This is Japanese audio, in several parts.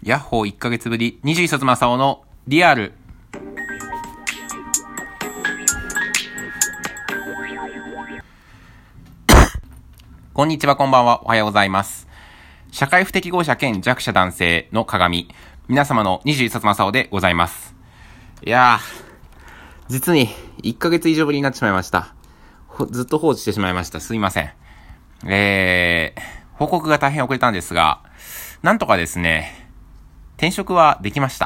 ヤッホー1ヶ月ぶり、21冊正雄のリアル。こんにちは、こんばんは、おはようございます。社会不適合者兼弱者男性の鏡、皆様の21冊正雄でございます。いやー、実に1ヶ月以上ぶりになってしまいました。ずっと放置してしまいました。すいません。報告が大変遅れたんですが、なんとかですね、転職はできました。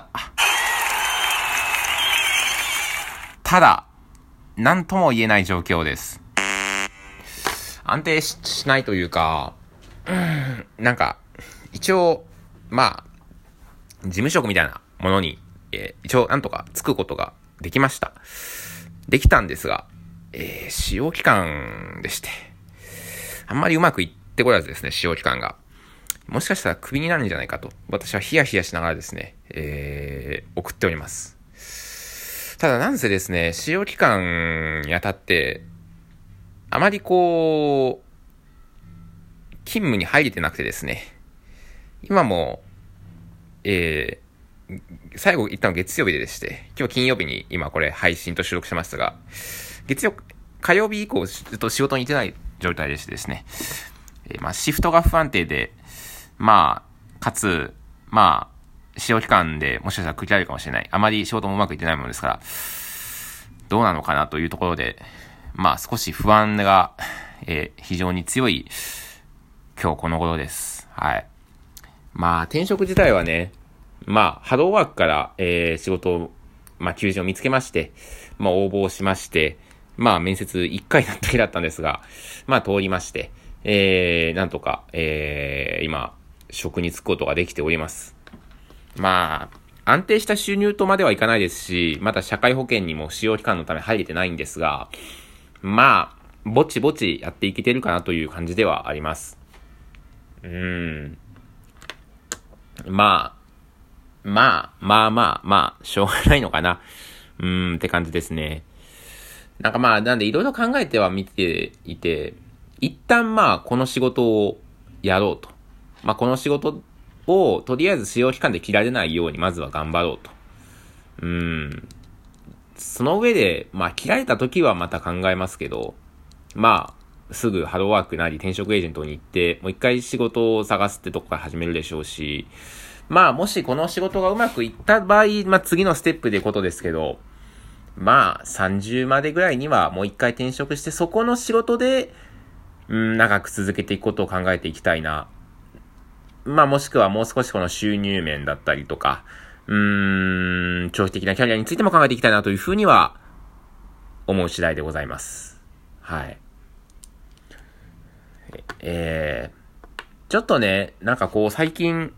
ただ、なんとも言えない状況です。安定 しないというか、なんか、一応、事務職みたいなものに、一応なんとかつくことができました。できたんですが、使用期間でして、あんまりうまくいってこらずですね、使用期間が。もしかしたらクビになるんじゃないかと、私はヒヤヒヤしながらですね、送っております。ただなんせですね、使用期間にあたって、あまり勤務に入れてなくてですね、今も、最後行ったの月曜日でして、今日金曜日に今これ配信と収録してますが、火曜日以降ずっと仕事に行ってない状態でしてですね、シフトが不安定で、かつ、使用期間でもしかしたら区切られるかもしれない。あまり仕事もうまくいってないものですから、どうなのかなというところで、少し不安が、非常に強い今日この頃です。はい。転職自体はね、ハローワークから、仕事を、求人を見つけまして、応募しまして、面接1回だけだったんですが、通りまして、なんとか、今、職に就くことができております。安定した収入とまではいかないですし、また社会保険にも使用期間のため入れてないんですが、ぼちぼちやっていけてるかなという感じではあります。しょうがないのかな。って感じですね。なんでいろいろ考えてはみていて、一旦この仕事をやろうと。この仕事をとりあえず使用期間で切られないようにまずは頑張ろうと。その上で、切られた時はまた考えますけど、すぐハローワークなり転職エージェントに行って、もう一回仕事を探すってとこから始めるでしょうし、もしこの仕事がうまくいった場合、次のステップでことですけど、30までぐらいにはもう一回転職して、そこの仕事で、長く続けていくことを考えていきたいな。もしくはもう少しこの収入面だったりとか、長期的なキャリアについても考えていきたいなというふうには思う次第でございます。はい。ちょっとね、最近、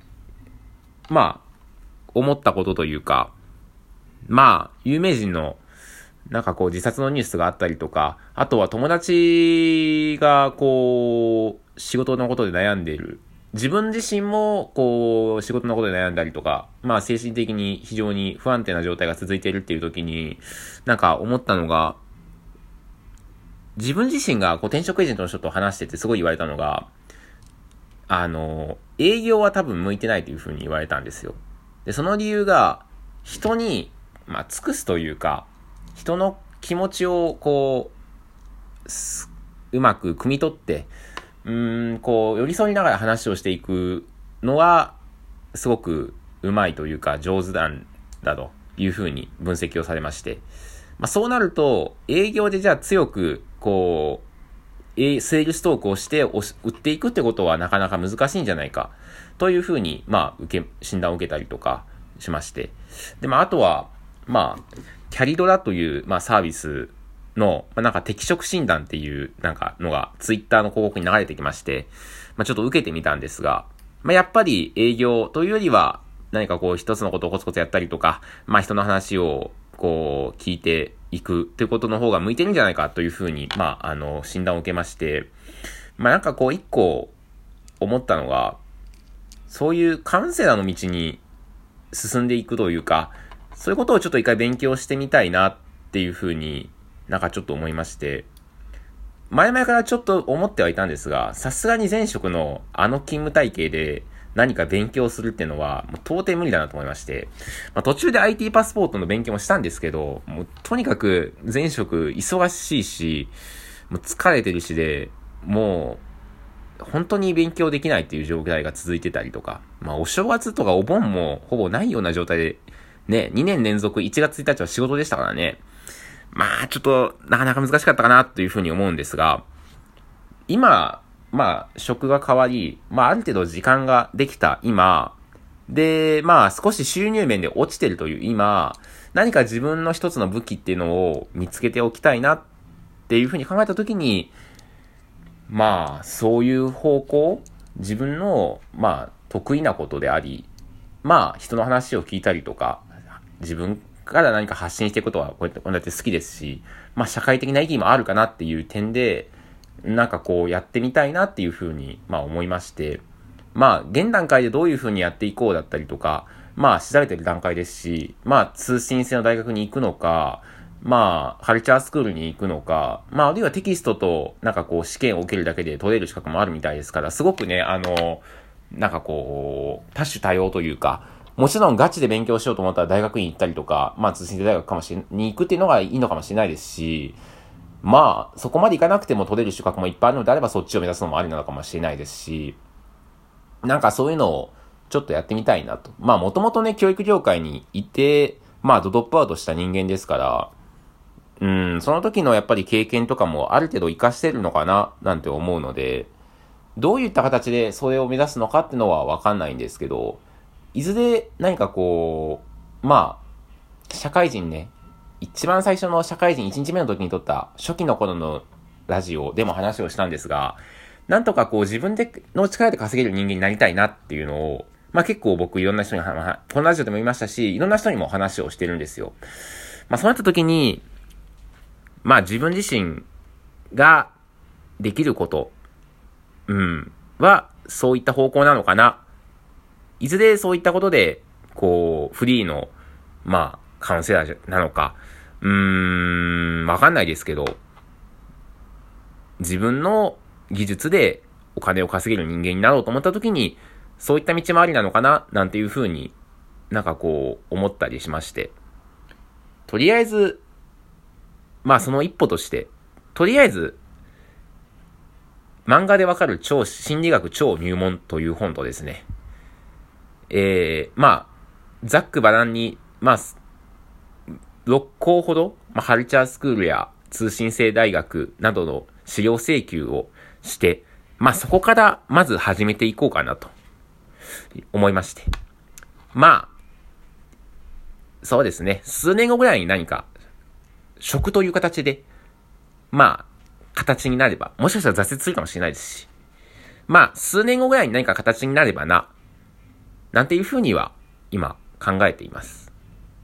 思ったことというか、有名人の自殺のニュースがあったりとか、あとは友達が仕事のことで悩んでいる。自分自身も仕事のことで悩んだりとか、精神的に非常に不安定な状態が続いているっていう時に、思ったのが、自分自身が転職エージェントの人と話しててすごい言われたのが、営業は多分向いてないというふうに言われたんですよ。で、その理由が、人に、尽くすというか、人の気持ちをうまく汲み取って、寄り添いながら話をしていくのは、すごくうまいというか、上手なんだというふうに分析をされまして。そうなると、営業でじゃあ強く、セールストークをして売っていくってことはなかなか難しいんじゃないか、というふうに、診断を受けたりとかしまして。で、あとは、キャリドラという、サービスの、適職診断っていうのがツイッターの広告に流れてきまして、ちょっと受けてみたんですが、やっぱり営業というよりは何か一つのことをコツコツやったりとか、人の話を聞いていくということの方が向いてるんじゃないかというふうに、診断を受けまして、一個思ったのが、そういうカウンセラーの道に進んでいくというか、そういうことをちょっと一回勉強してみたいなっていうふうにちょっと思いまして、前々からちょっと思ってはいたんですが、さすがに前職の勤務体系で、 何か勉強するっていうのは、もう到底無理だなと思いまして、途中で IT パスポートの勉強もしたんですけど、もうとにかく前職忙しいし、もう疲れてるしで、もう、本当に勉強できないっていう状態が続いてたりとか、お正月とかお盆もほぼないような状態で、ね、2年連続1月1日は仕事でしたからね。ちょっと、なかなか難しかったかなというふうに思うんですが、今、職が変わり、ある程度時間ができた今、で、少し収入面で落ちてるという今、何か自分の一つの武器っていうのを見つけておきたいなっていうふうに考えたときに、そういう方向、自分の、得意なことであり、人の話を聞いたりとか、自分から何か発信していくことは、こうやって好きですし、社会的な意義もあるかなっていう点で、やってみたいなっていうふうに、思いまして、現段階でどういうふうにやっていこうだったりとか、調べてる段階ですし、通信制の大学に行くのか、カルチャースクールに行くのか、あるいはテキストと、試験を受けるだけで取れる資格もあるみたいですから、すごくね、多種多様というか、もちろんガチで勉強しようと思ったら大学院行ったりとか、通信制大学に行くっていうのがいいのかもしれないですし、そこまでいかなくても取れる資格もいっぱいあるのであればそっちを目指すのもありなのかもしれないですし、そういうのをちょっとやってみたいなと。もともとね、教育業界にいて、ドロップアウトした人間ですから、その時のやっぱり経験とかもある程度活かしてるのかな、なんて思うので、どういった形でそれを目指すのかっていうのはわかんないんですけど、いずれ何か社会人ね、一番最初の社会人1日目の時に撮った初期の頃のラジオでも話をしたんですが、なんとか自分の力で稼げる人間になりたいなっていうのを、結構僕いろんな人にこのラジオでも言いましたし、いろんな人にも話をしてるんですよ。そうなった時に、自分自身ができること、は、そういった方向なのかな。いずれそういったことで、フリーの、カウンセラーなのか、わかんないですけど、自分の技術でお金を稼げる人間になろうと思った時に、そういった道もありなのかな、なんていうふうに思ったりしまして。とりあえず、その一歩として、とりあえず、漫画でわかる心理学超入門という本とですね、ざっくばらんに、6校ほど、カルチャースクールや通信制大学などの資料請求をして、そこからまず始めていこうかなと思いまして。そうですね、数年後ぐらいに何か、職という形で、形になれば、もしかしたら挫折するかもしれないですし、数年後ぐらいに何か形になればな、なんていうふうには、今、考えています。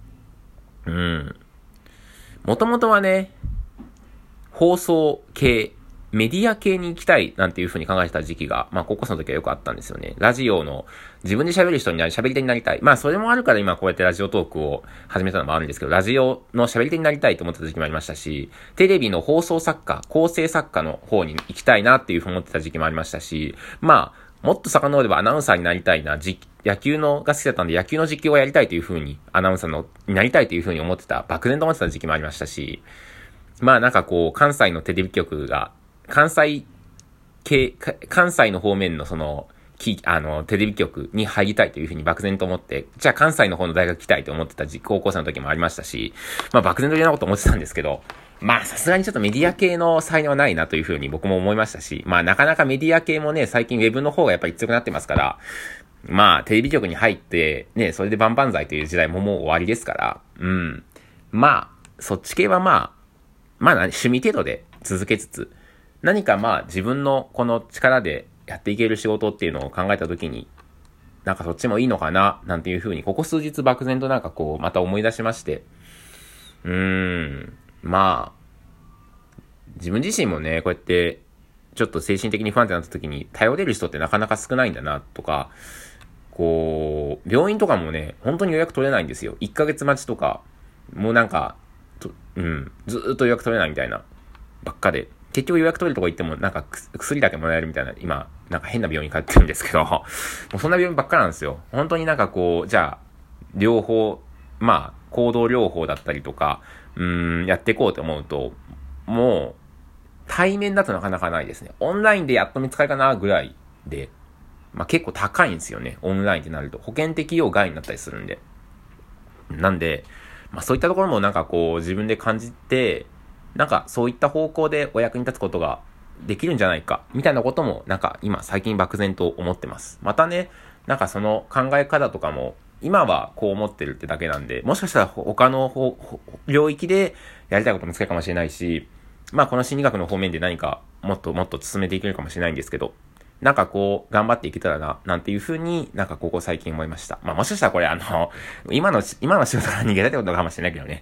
もともとはね、放送系、メディア系に行きたいなんていう風に考えてた時期が、高校生の時はよくあったんですよね。ラジオの自分で喋る人に喋り手になりたい。それもあるから今こうやってラジオトークを始めたのもあるんですけど、ラジオの喋り手になりたいと思ってた時期もありましたし、テレビの放送作家、構成作家の方に行きたいなっていう風に思ってた時期もありましたし、もっと遡ればアナウンサーになりたいな、野球が好きだったんで野球の実況をやりたいという風に、アナウンサーになりたいという風に思ってた、漠然と思ってた時期もありましたし、関西のテレビ局が、関西の方面のテレビ局に入りたいというふうに漠然と思って、じゃあ関西の方の大学来たいと思ってた高校生の時もありましたし、漠然といろんなこと思ってたんですけど、さすがにちょっとメディア系の才能はないなというふうに僕も思いましたし、なかなかメディア系もね、最近ウェブの方がやっぱり強くなってますから、テレビ局に入って、ね、それで万々歳という時代ももう終わりですから、そっち系は趣味程度で続けつつ、何か自分のこの力でやっていける仕事っていうのを考えたときに、そっちもいいのかな、なんていう風に、ここ数日漠然とまた思い出しまして、自分自身もね、こうやって、ちょっと精神的に不安定になったときに、頼れる人ってなかなか少ないんだな、とか、病院とかもね、本当に予約取れないんですよ。1ヶ月待ちとか、もうずーっと予約取れないみたいな、ばっかで、 結局予約取るとこ行ってもなんか薬だけもらえるみたいな、今、なんか変な病院に通ってるんですけど、もうそんな病院ばっかなんですよ。本当になんかこう、じゃあ、療法、まあ、行動療法だったりとか、やっていこうと思うと、もう、対面だとなかなかないですね。オンラインでやっと見つかるかなぐらいで、まあ結構高いんですよね。オンラインってなると。保険適用外になったりするんで。なんで、まあそういったところもなんかこう自分で感じて、なんかそういった方向でお役に立つことができるんじゃないか、みたいなこともなんか今最近漠然と思ってます。またね、なんかその考え方とかも、今はこう思ってるってだけなんで、もしかしたら他の領域でやりたいことも見つかるかもしれないし、まあこの心理学の方面で何かもっともっと進めていけるかもしれないんですけど、なんかこう頑張っていけたらな、なんていう風になんかここ最近思いました。まあもしかしたらこれ今の仕事から逃げたってことかもしれないけどね。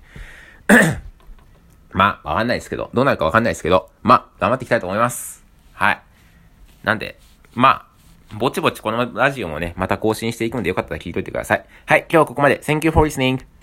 まあわかんないですけど、どうなるかわかんないですけど、まあ頑張っていきたいと思います。はい。なんで、まあ、ぼちぼちこのラジオもね、また更新していくのでよかったら聞いといてください。はい、今日はここまで。Thank you for listening.